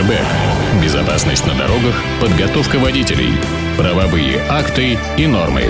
Airbag. Безопасность на дорогах, подготовка водителей, правовые акты и нормы.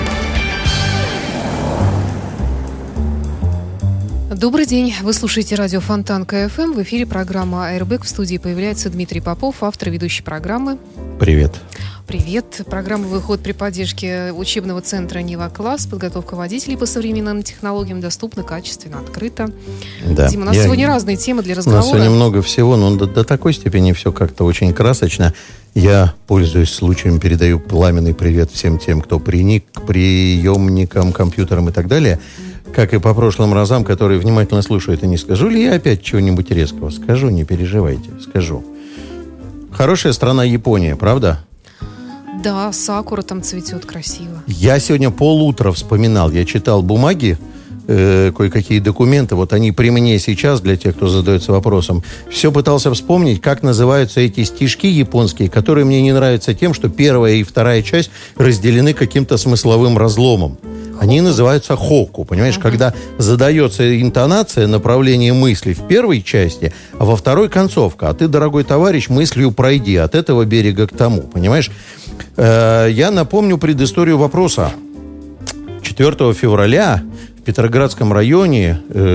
Добрый день. Вы слушаете радио Фонтан КФМ. В эфире программа Airbag. В студии появляется Дмитрий Попов, автор и ведущий программы. Привет. Привет. Программа выходит при поддержке учебного центра «Нива Класс». Подготовка водителей по современным технологиям доступна, качественно, открыто. Да. Дима, у нас сегодня разные темы для разговора. У нас сегодня много всего, но до такой степени все как-то очень красочно. Я, пользуясь случаем, передаю пламенный привет всем тем, кто приник к приемникам, компьютерам и так далее. Как и по прошлым разам, которые внимательно слушают. И не скажу ли я опять чего-нибудь резкого? Скажу, не переживайте, скажу. Хорошая страна Япония, правда? Да, сакура там цветет красиво. Я сегодня полутра вспоминал. Я читал бумаги, кое-какие документы. Вот они при мне сейчас, для тех, кто задается вопросом. Все пытался вспомнить, как называются эти стишки японские, которые мне не нравятся тем, что первая и вторая часть разделены каким-то смысловым разломом. Они называются хоку, понимаешь, когда задается интонация, направление мысли в первой части, а во второй концовка. А ты, дорогой товарищ, мыслью пройди от этого берега к тому, понимаешь? Я напомню предысторию вопроса. 4 февраля в Петроградском районе,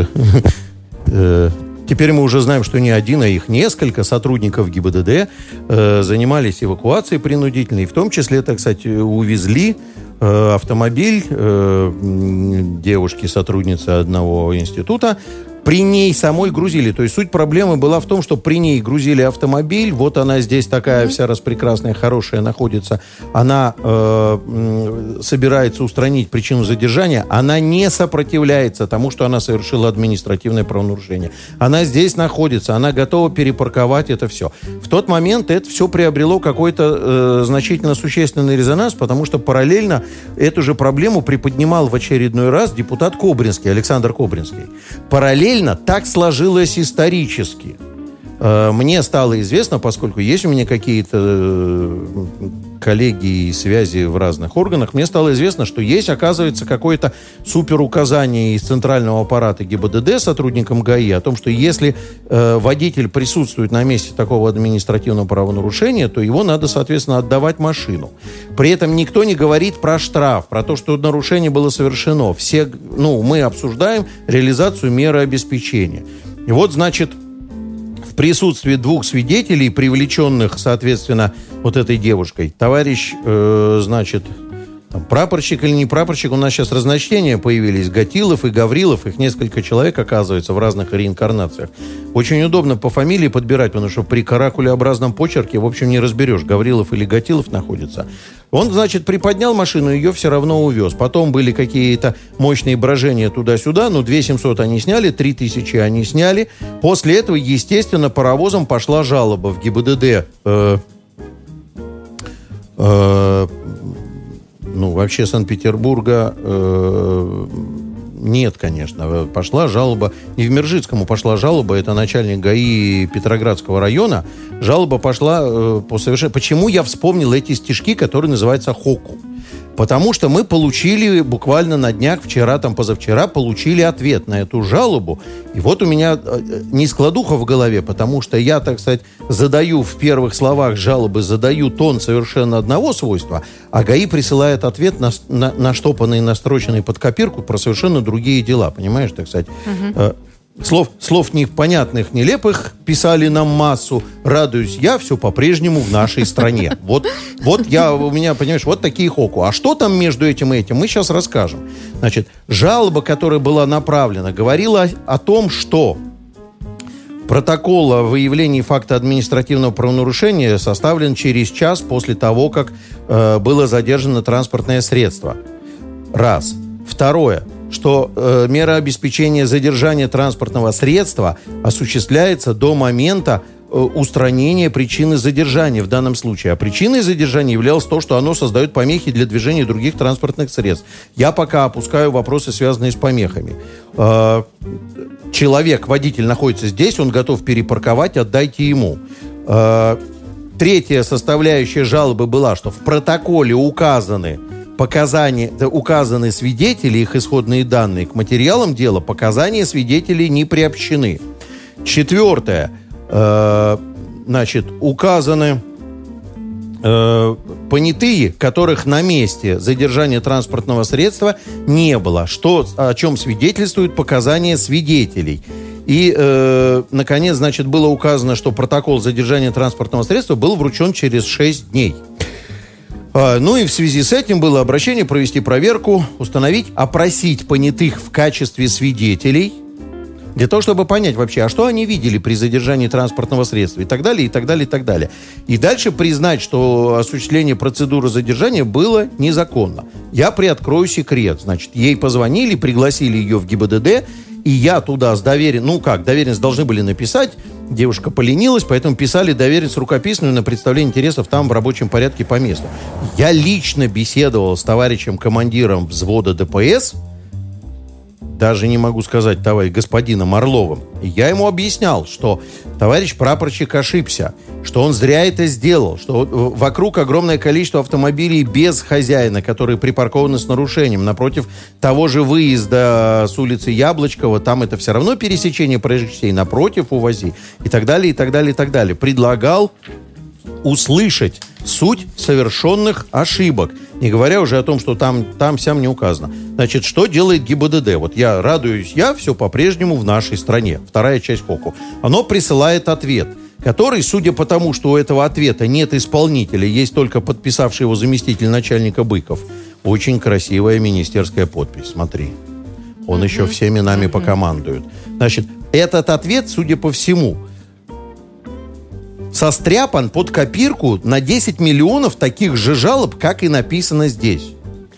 теперь мы уже знаем, что не один, а их несколько сотрудников ГИБДД занимались эвакуацией принудительной, в том числе, так сказать, увезли автомобиль девушки, сотрудницы одного института. При ней самой грузили. То есть суть проблемы была в том, что при ней грузили автомобиль. Вот она здесь такая вся распрекрасная, хорошая находится. Она собирается устранить причину задержания. Она не сопротивляется тому, что она совершила административное правонарушение. Она здесь находится. Она готова перепарковать это все. В тот момент это все приобрело какой-то значительно существенный резонанс, потому что параллельно эту же проблему приподнимал в очередной раз депутат Кобринский, Александр Кобринский. Параллельно так сложилось исторически. Мне стало известно, поскольку есть у меня какие-то коллеги и связи в разных органах, мне стало известно, что есть, оказывается, какое-то суперуказание из центрального аппарата ГИБДД сотрудникам ГАИ о том, что если водитель присутствует на месте такого административного правонарушения, то его надо, соответственно, отдавать машину. При этом никто не говорит про штраф, про то, что нарушение было совершено. Все, мы обсуждаем реализацию меры обеспечения. И вот, значит, в присутствии двух свидетелей, привлеченных, соответственно, вот этой девушкой, товарищ, прапорщик или не прапорщик, у нас сейчас разночтения появились, Гатилов и Гаврилов, их несколько человек, оказывается, в разных реинкарнациях. Очень удобно по фамилии подбирать, потому что при каракулеобразном почерке, в общем, не разберешь, Гаврилов или Гатилов находится. Он, значит, приподнял машину, ее все равно увез. Потом были какие-то мощные брожения туда-сюда, 2700 они сняли, 3000 они сняли. После этого, естественно, паровозом пошла жалоба в ГИБДД. Вообще Санкт-Петербурга нет, конечно. Пошла жалоба, не в Миржицкому пошла жалоба, это начальник ГАИ Петроградского района. Жалоба пошла по совершенно... Почему я вспомнил эти стишки, которые называются хоку? Потому что мы получили буквально на днях, вчера, позавчера, получили ответ на эту жалобу. И вот у меня не складуха в голове, потому что я, так сказать, задаю в первых словах жалобы, задаю тон совершенно одного свойства, а ГАИ присылает ответ наштопанный, настроченный под копирку про совершенно другие дела, понимаешь, так сказать. Слов непонятных, нелепых писали нам массу. Радуюсь я, все по-прежнему в нашей стране. Вот у меня, понимаешь, вот такие хоку. А что там между этим и этим, мы сейчас расскажем. Значит, жалоба, которая была направлена, говорила о том, что протокол о выявлении факта административного правонарушения составлен через час после того, как было задержано транспортное средство. Раз. Второе. Что мера обеспечения задержания транспортного средства осуществляется до момента устранения причины задержания в данном случае. А причиной задержания являлось то, что оно создает помехи для движения других транспортных средств. Я пока опускаю вопросы, связанные с помехами. Человек, водитель находится здесь, он готов перепарковать, отдайте ему. Третья составляющая жалобы была, что в протоколе указаны свидетели, их исходные данные. К материалам дела показания свидетелей не приобщены. Четвертое. значит, указаны понятые, которых на месте задержания транспортного средства не было, о чем свидетельствуют показания свидетелей. И, наконец, значит, было указано, что протокол задержания транспортного средства был вручен через 6 дней. Ну и в связи с этим было обращение провести проверку, установить, опросить понятых в качестве свидетелей, для того, чтобы понять вообще, а что они видели при задержании транспортного средства и так далее, и так далее, и так далее. И дальше признать, что осуществление процедуры задержания было незаконно. Я приоткрою секрет. Значит, ей позвонили, пригласили ее в ГИБДД, и я туда с доверенность должны были написать. Девушка поленилась, поэтому писали доверенность рукописную на представление интересов там в рабочем порядке по месту. Я лично беседовал с товарищем командиром взвода ДПС, даже не могу сказать, господином Орловым. И я ему объяснял, что товарищ прапорщик ошибся, что он зря это сделал, что вокруг огромное количество автомобилей без хозяина, которые припаркованы с нарушением. Напротив того же выезда с улицы Яблочкова, там это все равно пересечение проезжих частей, напротив УВАЗи и так далее, и так далее, и так далее. Предлагал услышать суть совершенных ошибок, не говоря уже о том, что там-сям не указано. Значит, что делает ГИБДД? Вот я радуюсь, все по-прежнему в нашей стране. Вторая часть ХОКу. Оно присылает ответ, который, судя по тому, что у этого ответа нет исполнителя, есть только подписавший его заместитель начальника Быков, очень красивая министерская подпись. Смотри. Он еще всеми нами покомандует. Значит, этот ответ, судя по всему, состряпан под копирку на 10 миллионов таких же жалоб, как и написано здесь.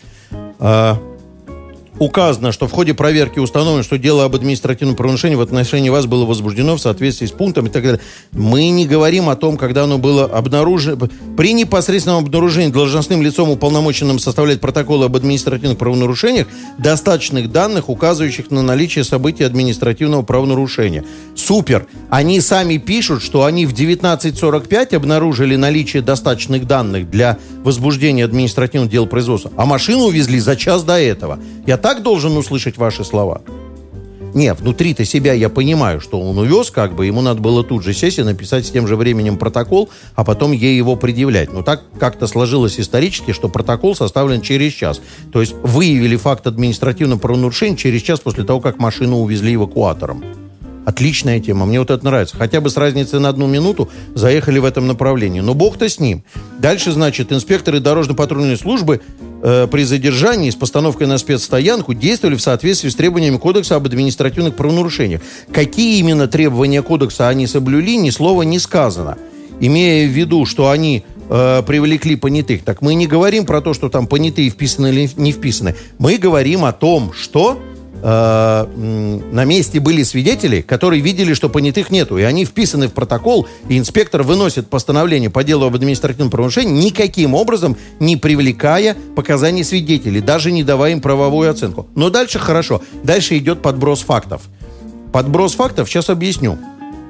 Указано, что в ходе проверки установлено, что дело об административном правонарушении в отношении вас было возбуждено в соответствии с пунктом и так далее. Мы не говорим о том, когда оно было обнаружено. При непосредственном обнаружении должностным лицом, уполномоченным составлять протоколы об административных правонарушениях, достаточных данных, указывающих на наличие событий административного правонарушения. Супер! Они сами пишут, что они в 19:45 обнаружили наличие достаточных данных для возбуждения административного дела производства, а машину увезли за час до этого. Я так должен услышать ваши слова? Не, внутри-то себя я понимаю, что он увез, ему надо было тут же сесть и написать с тем же временем протокол, а потом ей его предъявлять. Но так как-то сложилось исторически, что протокол составлен через час. То есть выявили факт административного правонарушения через час после того, как машину увезли эвакуатором. Отличная тема, мне вот это нравится. Хотя бы с разницей на 1 минуту заехали в этом направлении. Но бог-то с ним. Дальше, значит, инспекторы дорожно-патрульной службы при задержании с постановкой на спецстоянку действовали в соответствии с требованиями Кодекса об административных правонарушениях. Какие именно требования Кодекса они соблюли, ни слова не сказано. Имея в виду, что они привлекли понятых. Так мы не говорим про то, что там понятые вписаны или не вписаны. Мы говорим о том, что на месте были свидетели, которые видели, что понятых нету, и они вписаны в протокол, и инспектор выносит постановление по делу об административном правонарушении, никаким образом не привлекая показаний свидетелей, даже не давая им правовую оценку. Но дальше хорошо. Дальше идет подброс фактов. Подброс фактов сейчас объясню.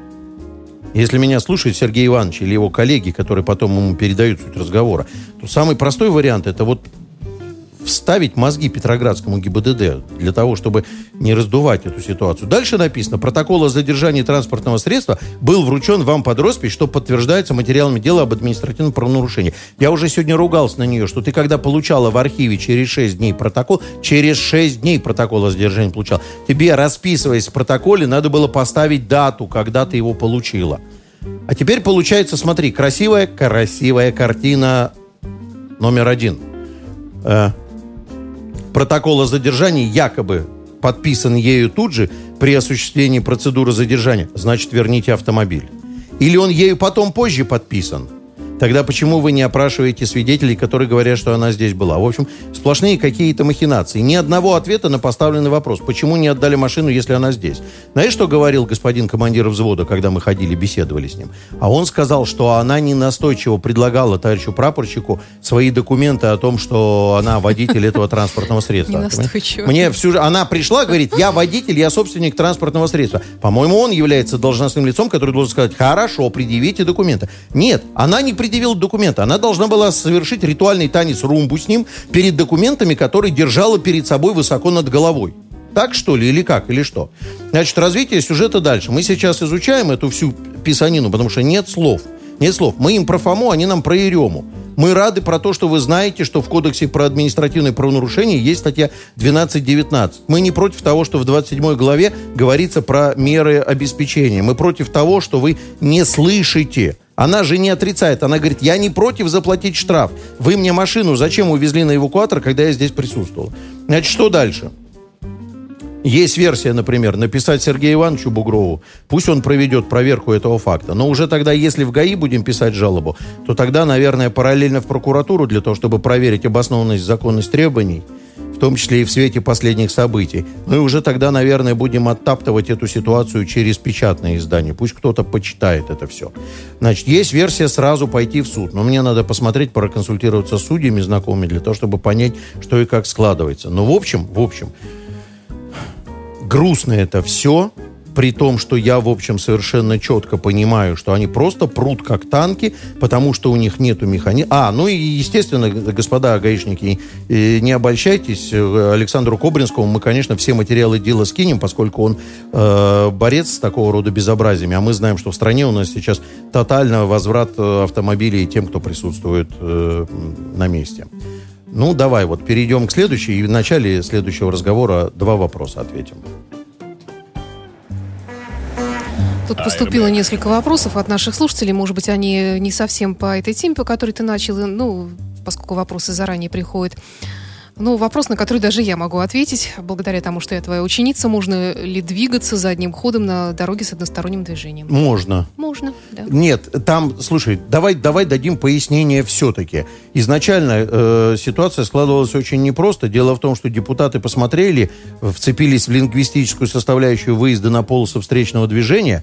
Если меня слушает Сергей Иванович или его коллеги, которые потом ему передают суть разговора, то самый простой вариант — это вот вставить мозги Петроградскому ГИБДД для того, чтобы не раздувать эту ситуацию. Дальше написано: протокол о задержании транспортного средства был вручен вам под роспись, что подтверждается материалами дела об административном правонарушении. Я уже сегодня ругался на нее, что ты когда получала в архиве через 6 дней протокол, через 6 дней протокол о задержании получал, тебе, расписываясь в протоколе, надо было поставить дату, когда ты его получила. А теперь получается, смотри, красивая картина номер 1. Протокол о задержании якобы подписан ею тут же при осуществлении процедуры задержания. Значит, верните автомобиль. Или он ею потом позже подписан. Тогда почему вы не опрашиваете свидетелей, которые говорят, что она здесь была? В общем, сплошные какие-то махинации. Ни одного ответа на поставленный вопрос. Почему не отдали машину, если она здесь? Знаешь, что говорил господин командир взвода, когда мы ходили, беседовали с ним? А он сказал, что она не настойчиво предлагала товарищу прапорщику свои документы о том, что она водитель этого транспортного средства. Не настойчиво. Она пришла, говорит: я водитель, я собственник транспортного средства. По-моему, он является должностным лицом, который должен сказать: хорошо, предъявите документы. Нет, она не предъявила документы. Она должна была совершить ритуальный танец румбу с ним перед документами, которые держала перед собой высоко над головой. так, что ли, или как, или что? Значит, развитие сюжета дальше. Мы сейчас изучаем эту всю писанину, потому что нет слов. Нет слов. Мы им про Фому, они нам про Ерему. Мы рады про то, что вы знаете, что в Кодексе про административные правонарушения есть статья 12.19. Мы не против того, что в 27 главе говорится про меры обеспечения. Мы против того, что вы не слышите. Она же не отрицает. Она говорит, я не против заплатить штраф. Вы мне машину зачем увезли на эвакуатор, когда я здесь присутствовал? Значит, что дальше? Есть версия, например, написать Сергею Ивановичу Бугрову, пусть он проведет проверку этого факта. Но уже тогда, если в ГАИ будем писать жалобу, то тогда, наверное, параллельно в прокуратуру для того, чтобы проверить обоснованность, законность требований, в том числе и в свете последних событий. Ну и уже тогда, наверное, будем оттаптывать эту ситуацию через печатные издания. Пусть кто-то почитает это все. Значит, есть версия сразу пойти в суд. Но мне надо посмотреть, проконсультироваться с судьями знакомыми для того, чтобы понять, что и как складывается. Но в общем, грустно это все, при том, что я, в общем, совершенно четко понимаю, что они просто прут как танки, потому что у них нету механизма. Ну и, естественно, господа гаишники, не обольщайтесь, Александру Кобринскому мы, конечно, все материалы дела скинем, поскольку он борец с такого рода безобразиями, а мы знаем, что в стране у нас сейчас тотально возврат автомобилей тем, кто присутствует на месте. Ну, давай вот перейдем к следующей, и в начале следующего разговора 2 вопроса ответим. Тут поступило несколько вопросов от наших слушателей. Может быть, они не совсем по этой теме, по которой ты начал, поскольку вопросы заранее приходят. Вопрос, на который даже я могу ответить, благодаря тому, что я твоя ученица. Можно ли двигаться задним ходом на дороге с односторонним движением? Можно. Можно, да. Нет, там, слушай, давай дадим пояснение все-таки. Изначально ситуация складывалась очень непросто. Дело в том, что депутаты посмотрели, вцепились в лингвистическую составляющую выезда на полосу встречного движения,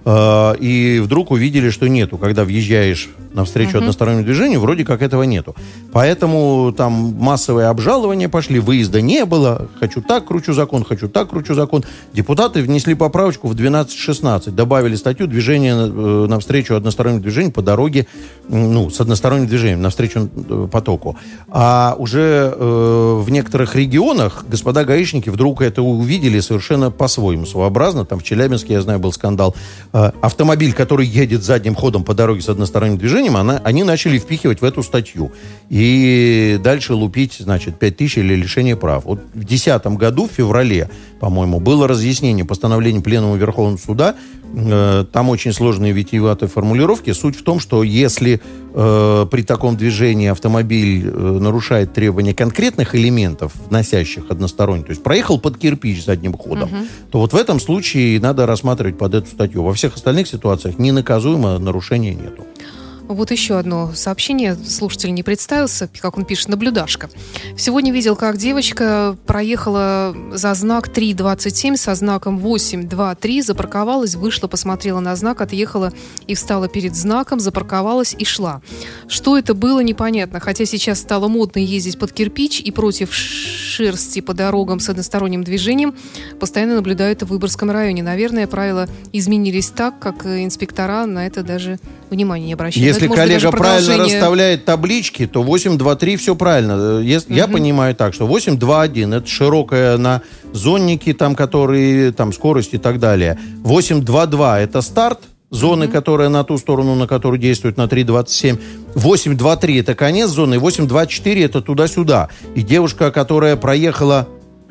и вдруг увидели, что нету. Когда въезжаешь навстречу одностороннему движению, вроде как этого нету. Поэтому там массовые обжалования пошли, выезда не было. Хочу так, кручу закон, хочу так, кручу закон. Депутаты внесли поправочку в 12.16. Добавили статью движения навстречу одностороннему движению по дороге, с односторонним движением, навстречу потоку. А уже в некоторых регионах господа гаишники вдруг это увидели совершенно по-своему, своеобразно. Там в Челябинске, я знаю, был скандал. Автомобиль, который едет задним ходом по дороге с односторонним движением, они начали впихивать в эту статью. И дальше лупить, 5000 или лишение прав. Вот в 2010 году, в феврале, по-моему, было разъяснение постановления Пленума Верховного Суда. Там очень сложные витиеватые формулировки. Суть в том, что если при таком движении автомобиль нарушает требования конкретных элементов, вносящих односторонне, то есть проехал под кирпич задним ходом, то вот в этом случае надо рассматривать под эту статью. Во всех остальных ситуациях ненаказуемо нарушения нету. Вот еще одно сообщение. Слушатель не представился, как он пишет, наблюдашка. Сегодня видел, как девочка проехала за знак 3.27 со знаком 8.2.3, запарковалась, вышла, посмотрела на знак, отъехала и встала перед знаком, запарковалась и шла. Что это было, непонятно. Хотя сейчас стало модно ездить под кирпич и против шерсти по дорогам с односторонним движением. Постоянно наблюдаю это в Выборгском районе. Наверное, правила изменились так, как инспектора на это даже внимания не обращают. Если коллега правильно расставляет таблички, то 8.2.3 все правильно. Я понимаю так, что 8.2.1 это широкая на зонники, которые скорость и так далее. 8.2.2 это старт зоны, которая на ту сторону, на которую действует на 3.27. 8.2.3 это конец зоны, и 8.2.4 это туда-сюда. И девушка, которая проехала...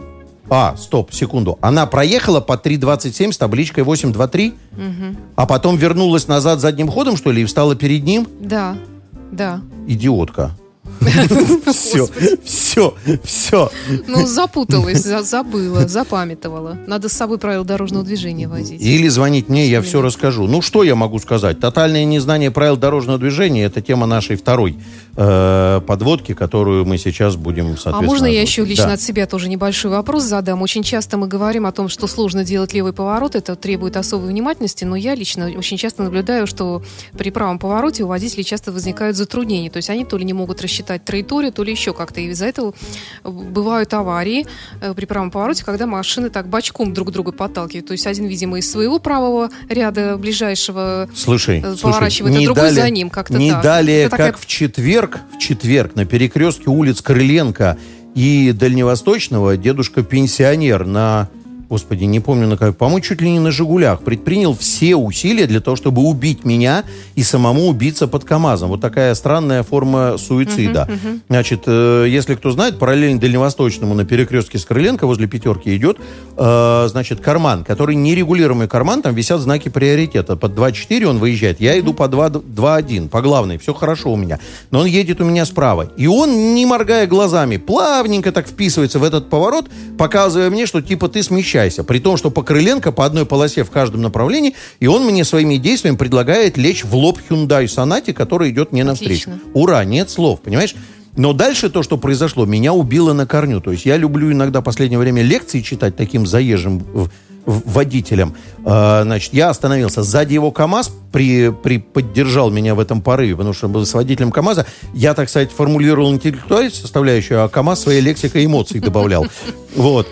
секунду. Она проехала по 3.27 с табличкой 8.2.3, а потом вернулась назад задним ходом, что ли, и встала перед ним? Да. Идиотка. Все. Запуталась, забыла, запамятовала. Надо с собой правила дорожного движения возить. Или звонить мне, я все расскажу. Что я могу сказать? Тотальное незнание правил дорожного движения – это тема нашей второй подводки, которую мы сейчас будем, соответственно... А можно я еще лично от себя тоже небольшой вопрос задам? Очень часто мы говорим о том, что сложно делать левый поворот, это требует особой внимательности, но я лично очень часто наблюдаю, что при правом повороте у водителей часто возникают затруднения. То есть они то ли не могут рассчитать траекторию, то ли еще как-то. И из-за этого бывают аварии при правом повороте, когда машины так бочком друг друга подталкивают. То есть один, видимо, из своего правого ряда ближайшего поворачивает, а другой за ним. Как-то не так. далее, как в четверг на перекрестке улиц Крыленко и дальневосточного дедушка-пенсионер на... Господи, не помню, на как, по-моему, чуть ли не на «Жигулях», предпринял все усилия для того, чтобы убить меня и самому убиться под КамАЗом. Вот такая странная форма суицида. Значит, если кто знает, параллельно дальневосточному на перекрестке с Крыленко возле «Пятерки» идет, значит, карман, который нерегулируемый карман, там висят знаки приоритета. Под 2.4 он выезжает, я иду по 2.1, по главной, все хорошо у меня. Но он едет у меня справа. И он, не моргая глазами, плавненько так вписывается в этот поворот, показывая мне, что типа ты смещайся. При том, что по Крыленко по одной полосе в каждом направлении, и он мне своими действиями предлагает лечь в лоб Hyundai Sonata, который идет мне навстречу. Ура, нет слов, понимаешь? Но дальше то, что произошло, меня убило на корню. То есть я люблю иногда в последнее время лекции читать таким заезжим водителем. Значит, я остановился. Сзади его КамАЗ поддержал меня в этом порыве, потому что с водителем КамАЗа я, так сказать, формулировал интеллектуальную составляющую, а КамАЗ своей лексикой эмоций добавлял. Вот.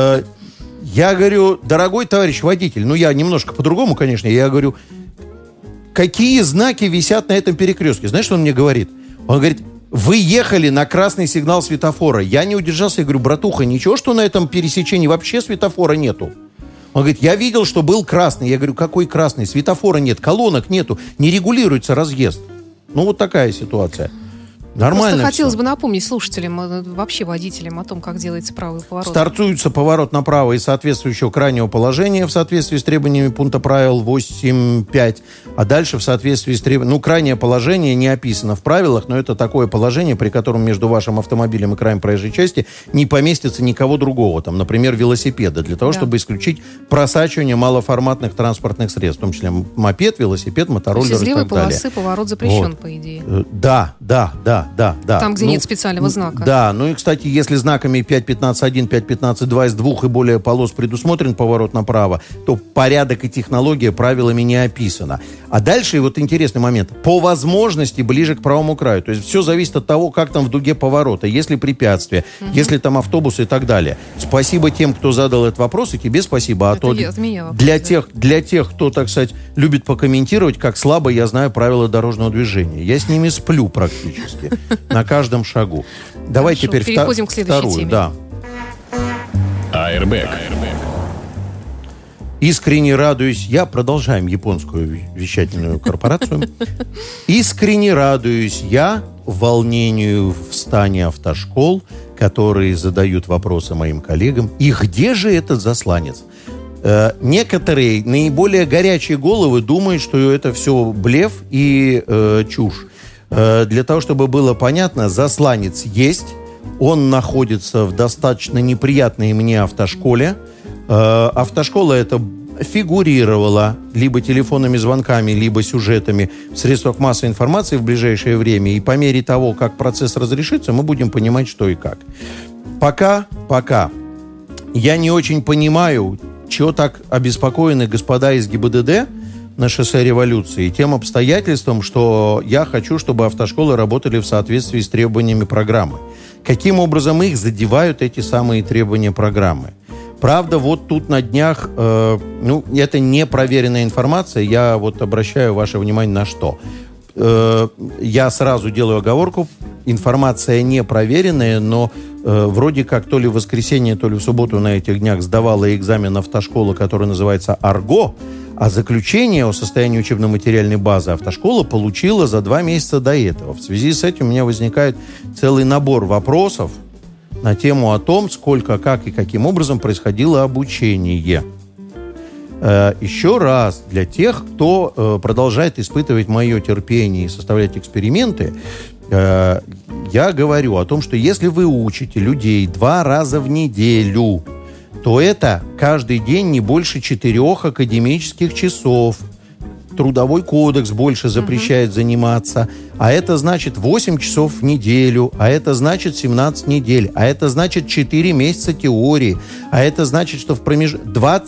Я говорю, дорогой товарищ водитель, ну я немножко по-другому, конечно, я говорю, какие знаки висят на этом перекрестке? Знаешь, что он мне говорит? Он говорит, вы ехали на красный сигнал светофора. Я не удержался, я говорю, братуха, ничего, что на этом пересечении вообще светофора нету? Он говорит, я видел, что был красный. Я говорю, какой красный? Светофора нет, колонок нету, не регулируется разъезд. Ну вот такая ситуация. Нормально. Просто хотелось бы напомнить слушателям, вообще водителям о том, как делается правый поворот. Стартуется поворот направо из соответствующего крайнего положения в соответствии с требованиями пункта правил 8.5, а дальше в соответствии с требованиями... Ну, крайнее положение не описано в правилах, но это такое положение, при котором между вашим автомобилем и краем проезжей части не поместится никого другого, там, например, велосипеда, для того, чтобы исключить просачивание малоформатных транспортных средств, в том числе мопед, велосипед, мотороллер и так далее. Из левой полосы поворот запрещен, вот. По идее. Да. Там, где нет специального знака. Да, ну и, кстати, если знаками 5.15.1, 5.15.2 из двух и более полос предусмотрен поворот направо, то порядок и технология правилами не описана. А дальше, вот интересный момент, по возможности ближе к правому краю. То есть все зависит от того, как там в дуге поворота, есть ли препятствия, есть ли там автобусы и так далее. Спасибо тем, кто задал этот вопрос, и тебе спасибо. А то для тех, кто, так сказать, любит покомментировать, как слабо я знаю правила дорожного движения. Я с ними сплю практически. На каждом шагу. Давай теперь переходим к следующей теме. Да. Airbag. Искренне радуюсь. Продолжаем японскую вещательную корпорацию. Искренне радуюсь я волнению в стане автошкол, которые задают вопросы моим коллегам. И где же этот засланец? Некоторые наиболее горячие головы думают, что это все блеф и чушь. Для того, чтобы было понятно, засланец есть. Он находится в достаточно неприятной мне автошколе. Автошкола эта фигурировала либо телефонными звонками, либо сюжетами в средствах массовой информации в ближайшее время. И по мере того, как процесс разрешится, мы будем понимать, что и как. Пока я не очень понимаю, чего так обеспокоены господа из ГИБДД на шоссе Революции, тем обстоятельством, что я хочу, чтобы автошколы работали в соответствии с требованиями программы. Каким образом их задевают эти самые требования программы? Правда, вот тут на днях, это не проверенная информация, я вот обращаю ваше внимание на что. Я сразу делаю оговорку, информация не проверенная, но вроде как то ли в воскресенье, то ли в субботу на этих днях сдавала экзамен автошкола, который называется «Арго», а заключение о состоянии учебно-материальной базы автошкола получила за 2 месяца до этого. В связи с этим у меня возникает целый набор вопросов на тему о том, сколько, как и каким образом происходило обучение. Еще раз, для тех, кто продолжает испытывать мое терпение и составлять эксперименты, я говорю о том, что если вы учите людей 2 раза в неделю, то это каждый день не больше 4 академических часов. Трудовой кодекс больше запрещает заниматься. А это значит 8 часов в неделю. А это значит 17 недель. А это значит 4 месяца теории. А это значит, что в промежутке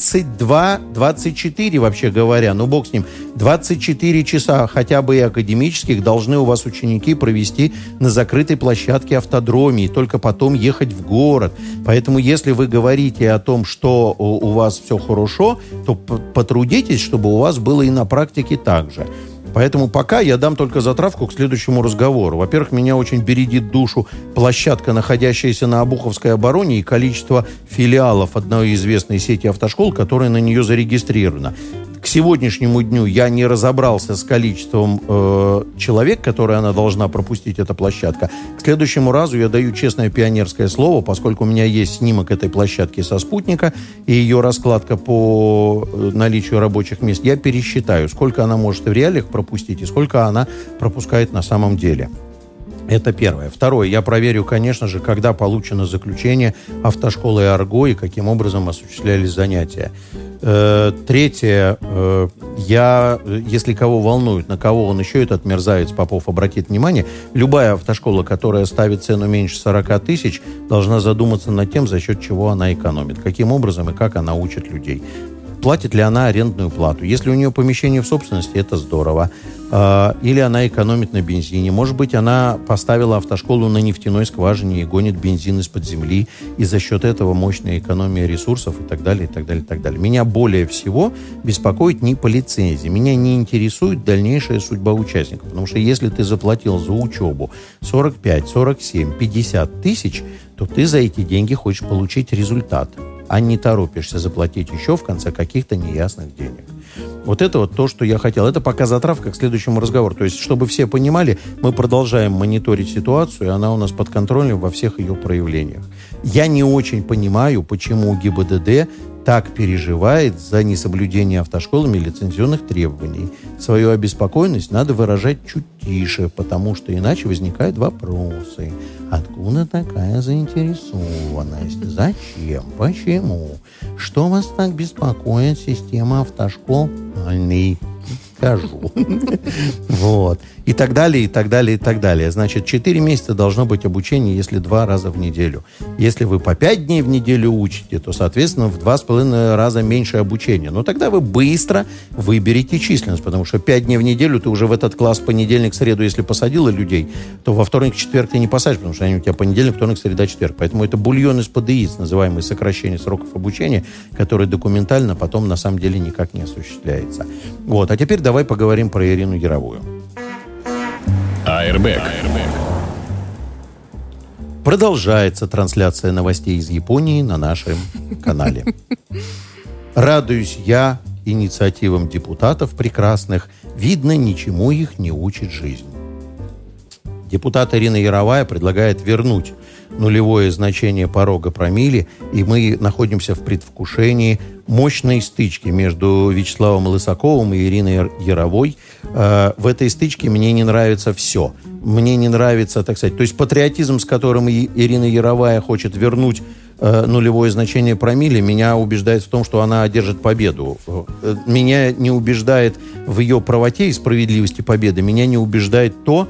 22-24, вообще говоря, ну бог с ним, 24 часа хотя бы и академических должны у вас ученики провести на закрытой площадке автодроме и только потом ехать в город. Поэтому если вы говорите о том, что у вас все хорошо, то потрудитесь, чтобы у вас было и на практике так же. Поэтому пока я дам только затравку к следующему разговору. Во-первых, меня очень бередит душу площадка, находящаяся на Обуховской обороне, и количество филиалов одной известной сети автошкол, которая на нее зарегистрирована. К сегодняшнему дню я не разобрался с количеством человек, которые она должна пропустить, эта площадка. К следующему разу я даю честное пионерское слово, поскольку у меня есть снимок этой площадки со спутника и ее раскладка по наличию рабочих мест. Я пересчитаю, сколько она может в реалиях пропустить и сколько она пропускает на самом деле. Это первое. Второе. Я проверю, конечно же, когда получено заключение автошколы АРГО и каким образом осуществлялись занятия. Третье. Если кого волнует, на кого он еще, этот мерзавец Попов, обратит внимание, любая автошкола, которая ставит цену меньше 40 тысяч, должна задуматься над тем, за счет чего она экономит, каким образом и как она учит людей. Платит ли она арендную плату? Если у нее помещение в собственности, это здорово. Или она экономит на бензине. Может быть, она поставила автошколу на нефтяной скважине и гонит бензин из-под земли, и за счет этого мощная экономия ресурсов и так далее, и так далее, и так далее. Меня более всего беспокоит не по лицензии. Меня не интересует дальнейшая судьба участников. Потому что если ты заплатил за учебу 45, 47, 50 тысяч, то ты за эти деньги хочешь получить результат, а не торопишься заплатить еще в конце каких-то неясных денег. Вот это вот то, что я хотел. Это пока затравка к следующему разговору. То есть, чтобы все понимали, мы продолжаем мониторить ситуацию, и она у нас под контролем во всех ее проявлениях. Я не очень понимаю, почему ГИБДД так переживает за несоблюдение автошколами лицензионных требований. Свою обеспокоенность надо выражать чуть тише, потому что иначе возникают вопросы. Откуда такая заинтересованность? Зачем? Почему? Что вас так беспокоит система автошкол? Скажу. Вот. И так далее, и так далее, и так далее. Значит, 4 месяца должно быть обучение, если 2 раза в неделю. Если вы по 5 дней в неделю учите, то, соответственно, в 2,5 раза меньше обучения. Но тогда вы быстро выберете численность, потому что 5 дней в неделю ты уже в этот класс понедельник, среду, если посадила людей, то во вторник, четверг ты не посадишь, потому что они у тебя понедельник, вторник, среда, четверг. Поэтому это бульон из-под яиц, называемый сокращение сроков обучения, который документально потом на самом деле никак не осуществляется. Вот. А теперь давай поговорим про Ирину Яровую. Airbag. Продолжается трансляция новостей из Японии на нашем канале. Радуюсь я инициативам депутатов прекрасных. Видно, ничему их не учит жизнь. Депутат Ирина Яровая предлагает вернуть нулевое значение порога промилле, и мы находимся в предвкушении мощной стычки между Вячеславом Лысаковым и Ириной Яровой. В этой стычке мне не нравится все. Мне не нравится, так сказать, то есть патриотизм, с которым Ирина Яровая хочет вернуть нулевое значение промилле, меня убеждает в том, что она одержит победу. Меня не убеждает в ее правоте и справедливости победы. Меня не убеждает то,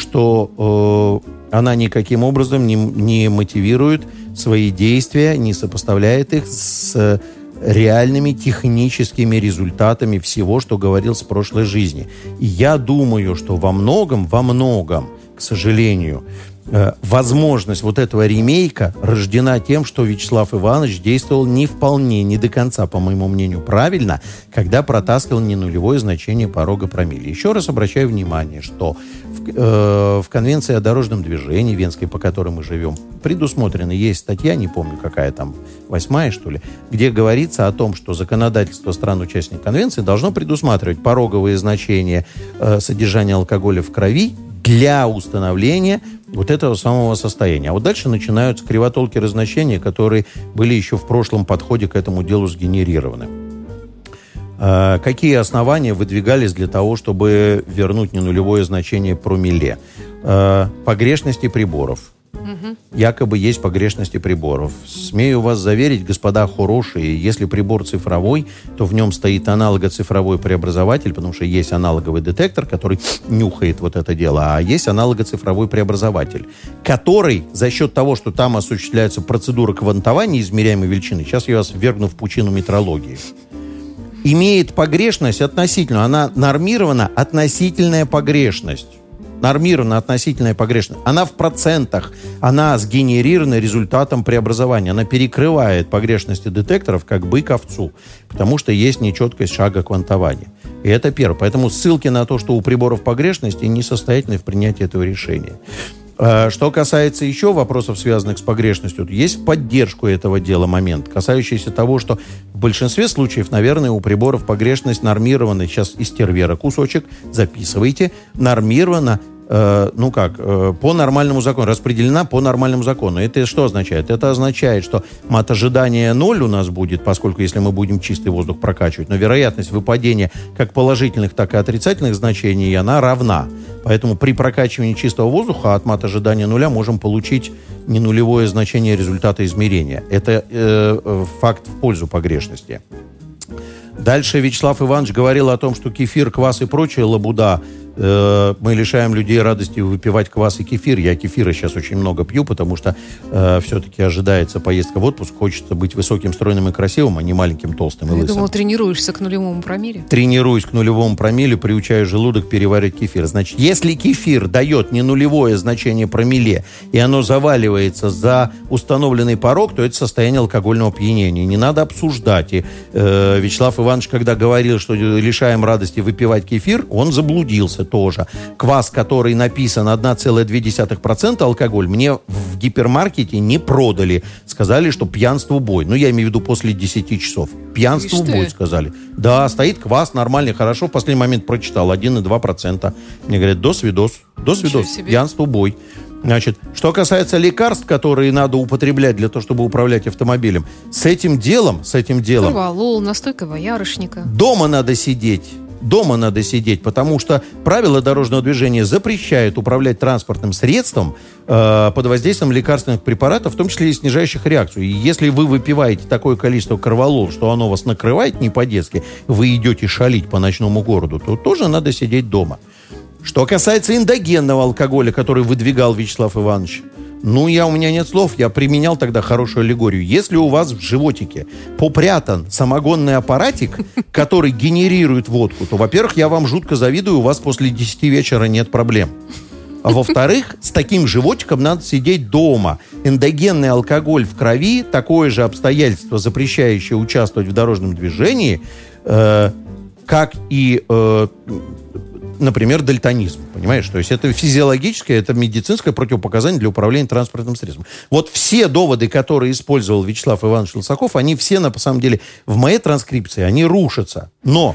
что она никаким образом не мотивирует свои действия, не сопоставляет их с реальными техническими результатами всего, что говорил с прошлой жизни. И я думаю, что во многом, к сожалению, возможность вот этого ремейка рождена тем, что Вячеслав Иванович действовал не вполне, не до конца, по моему мнению, правильно, когда протаскивал не нулевое значение порога промилле. Еще раз обращаю внимание, что в Конвенции о дорожном движении Венской, по которой мы живем, предусмотрена, есть статья, не помню, какая там, 8-я, что ли, где говорится о том, что законодательство стран-участников Конвенции должно предусматривать пороговые значения содержания алкоголя в крови для установления вот этого самого состояния. А вот дальше начинаются кривотолки разночения, которые были еще в прошлом подходе к этому делу сгенерированы. Какие основания выдвигались для того, чтобы вернуть ненулевое значение промилле? Погрешности приборов. Якобы есть погрешности приборов. Смею вас заверить, господа хорошие, если прибор цифровой, то в нем стоит аналогоцифровой преобразователь, потому что есть аналоговый детектор, который нюхает вот это дело, а есть аналогоцифровой преобразователь, который за счет того, что там осуществляется процедура квантования измеряемой величины, сейчас я вас ввергну в пучину метрологии, имеет погрешность относительно, она нормирована относительная погрешность. нормирована относительная погрешность. Она в процентах. Она сгенерирована результатом преобразования. Она перекрывает погрешности детекторов как бык овцу. Потому что есть нечеткость шага квантования. И это первое. Поэтому ссылки на то, что у приборов погрешности, несостоятельны в принятии этого решения. Что касается еще вопросов, связанных с погрешностью, есть в поддержку этого дела момент, касающийся того, что в большинстве случаев, наверное, у приборов погрешность нормирована, сейчас из тервера кусочек, записывайте, нормирована, по нормальному закону, распределена по нормальному закону. Это что означает? Это означает, что мат ожидания 0 у нас будет, поскольку если мы будем чистый воздух прокачивать, но вероятность выпадения как положительных, так и отрицательных значений, она равна. Поэтому при прокачивании чистого воздуха от мат ожидания 0 можем получить не нулевое значение результата измерения. Это факт в пользу погрешности. Дальше Вячеслав Иванович говорил о том, что кефир, квас и прочая лабуда, мы лишаем людей радости выпивать квас и кефир. Я кефира сейчас очень много пью, потому что все-таки ожидается поездка в отпуск. Хочется быть высоким, стройным и красивым, а не маленьким, толстым и лысым. Я думал, тренируешься к нулевому промилле. Тренируюсь к нулевому промилле, приучаю желудок переваривать кефир. Значит, если кефир дает не нулевое значение промилле, и оно заваливается за установленный порог, то это состояние алкогольного опьянения. Не надо обсуждать. И Вячеслав Иванович, когда говорил, что лишаем радости выпивать кефир, он заблудился тоже. Квас, который написан 1,2% алкоголь, мне в гипермаркете не продали. Сказали, что пьянству бой. Я имею в виду после 10 часов. Пьянству бой, сказали. Да, стоит квас, нормальный, хорошо. В последний момент прочитал, 1,2%. Мне говорят, до свидос, пьянству бой. Значит, что касается лекарств, которые надо употреблять для того, чтобы управлять автомобилем, с этим делом... Корвалол, настойка боярышника. Дома надо сидеть, потому что правила дорожного движения запрещают управлять транспортным средством под воздействием лекарственных препаратов, в том числе и снижающих реакцию. И если вы выпиваете такое количество корвалол, что оно вас накрывает не по-детски, вы идете шалить по ночному городу, то тоже надо сидеть дома. Что касается эндогенного алкоголя, который выдвигал Вячеслав Иванович, у меня нет слов, я применял тогда хорошую аллегорию. Если у вас в животике попрятан самогонный аппаратик, который генерирует водку, то, во-первых, я вам жутко завидую, у вас после 10 вечера нет проблем. А во-вторых, с таким животиком надо сидеть дома. Эндогенный алкоголь в крови, такое же обстоятельство, запрещающее участвовать в дорожном движении, как и... например, дальтонизм, понимаешь? То есть это физиологическое, это медицинское противопоказание для управления транспортным средством. Вот все доводы, которые использовал Вячеслав Иванович Лысаков, они все, на самом деле, в моей транскрипции, они рушатся. Но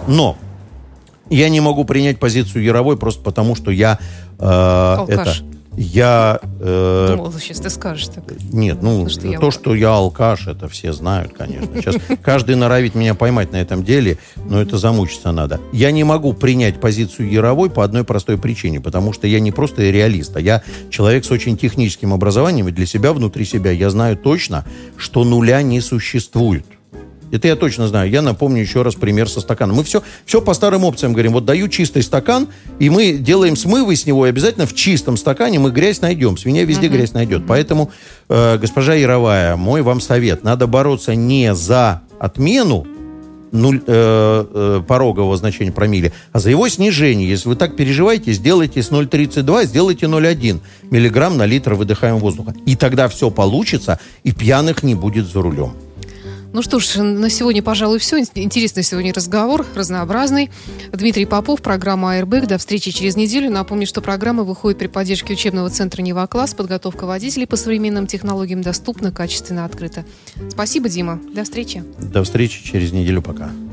я не могу принять позицию Яровой просто потому, что я... алкаш. Думал, сейчас ты скажешь так. Нет, что я алкаш, это все знают, конечно. Сейчас каждый норовит меня поймать на этом деле, но это замучиться надо. Я не могу принять позицию Яровой по одной простой причине, потому что я не просто реалист, а я человек с очень техническим образованием, и для себя, внутри себя, я знаю точно, что нуля не существует. Это я точно знаю. Я напомню еще раз пример со стаканом. Мы все по старым опциям говорим. Вот даю чистый стакан, и мы делаем смывы с него, и обязательно в чистом стакане мы грязь найдем. Свинья везде грязь найдет. Поэтому, госпожа Яровая, мой вам совет. Надо бороться не за отмену порогового значения промилле, а за его снижение. Если вы так переживаете, сделайте с 0,32, сделайте 0,1 миллиграмм на литр выдыхаемого воздуха. И тогда все получится, и пьяных не будет за рулем. Ну что ж, на сегодня, пожалуй, все. Интересный сегодня разговор, разнообразный. Дмитрий Попов, программа Airbag. До встречи через неделю. Напомню, что программа выходит при поддержке учебного центра «Нева-класс». Подготовка водителей по современным технологиям доступна, качественно, открыта. Спасибо, Дима. До встречи. До встречи через неделю. Пока.